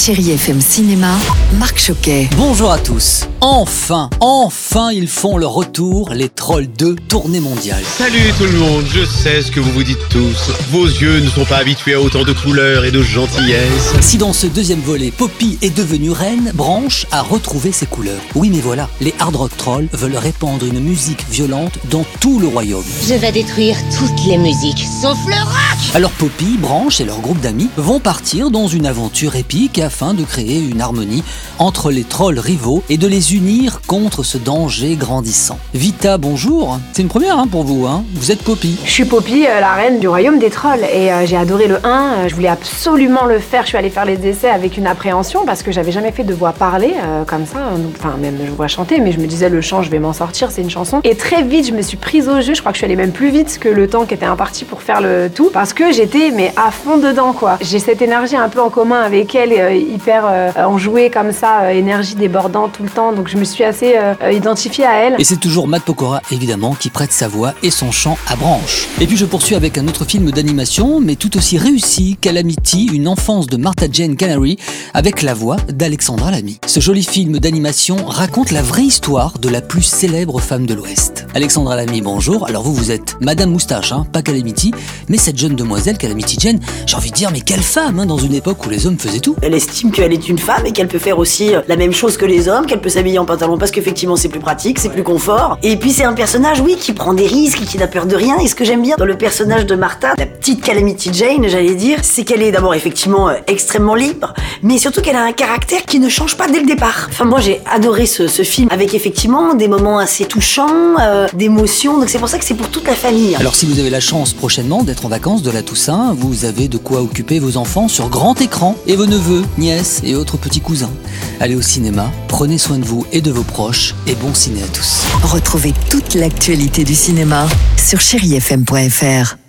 Chérie FM Cinéma, Marc Choquet. Bonjour à tous. Enfin, ils font le retour, les Trolls 2, tournée mondiale. Salut tout le monde, je sais ce que vous vous dites tous. Vos yeux ne sont pas habitués à autant de couleurs et de gentillesse. Si dans ce deuxième volet, Poppy est devenue reine, Branch a retrouvé ses couleurs. Oui mais voilà, les Hard Rock Trolls veulent répandre une musique violente dans tout le royaume. Je vais détruire toutes les musiques, sauf le rock! Alors Poppy, Branch et leur groupe d'amis vont partir dans une aventure épique afin de créer une harmonie entre les trolls rivaux et de les unir contre ce danger grandissant. Vita, bonjour. C'est une première pour vous, Vous êtes Poppy. Je suis Poppy, la reine du royaume des trolls, et j'ai adoré le 1, je voulais absolument le faire. Je suis allée faire les essais avec une appréhension parce que j'avais jamais fait de voix parlée comme ça, enfin même je voix chanter, mais je me disais le chant je vais m'en sortir, c'est une chanson. Et très vite je me suis prise au jeu, je crois que je suis allée même plus vite que le temps qui était imparti pour faire le tout, parce que j'étais mais à fond dedans quoi. J'ai cette énergie un peu en commun avec elle, hyper enjouée comme ça, énergie débordante tout le temps, donc je me suis assez identifiée à elle. Et c'est toujours Matt Pokora évidemment qui prête sa voix et son chant à Branch. Et puis je poursuis avec un autre film d'animation, mais tout aussi réussi, Calamity, une enfance de Martha Jane Canary, avec la voix d'Alexandra Lamy. Ce joli film d'animation raconte la vraie histoire de la plus célèbre femme de l'Ouest. Alexandra Lamy, bonjour. Alors vous êtes Madame Moustache, pas Calamity, mais cette jeune demoiselle, Calamity Jane, j'ai envie de dire, mais quelle femme, dans une époque où les hommes faisaient tout. Elle estime qu'elle est une femme et qu'elle peut faire aussi la même chose que les hommes, qu'elle peut s'habiller en pantalon parce qu'effectivement c'est plus pratique, c'est plus confort. Et puis c'est un personnage, oui, qui prend des risques, qui n'a peur de rien. Et ce que j'aime bien dans le personnage de Martha, la petite Calamity Jane, j'allais dire, c'est qu'elle est d'abord effectivement extrêmement libre, mais surtout qu'elle a un caractère qui ne change pas dès le départ. Enfin moi j'ai adoré ce film avec effectivement des moments assez touchants, d'émotions, donc c'est pour ça que c'est pour toute la famille. Alors si vous avez la chance prochainement d'être en vacances de la Toussaint, vous avez de quoi occuper vos enfants sur grand écran et vos neveux, nièces et autres petits cousins. Allez au cinéma, prenez soin de vous et de vos proches et bon ciné à tous. Retrouvez toute l'actualité du cinéma sur chérifm.fr.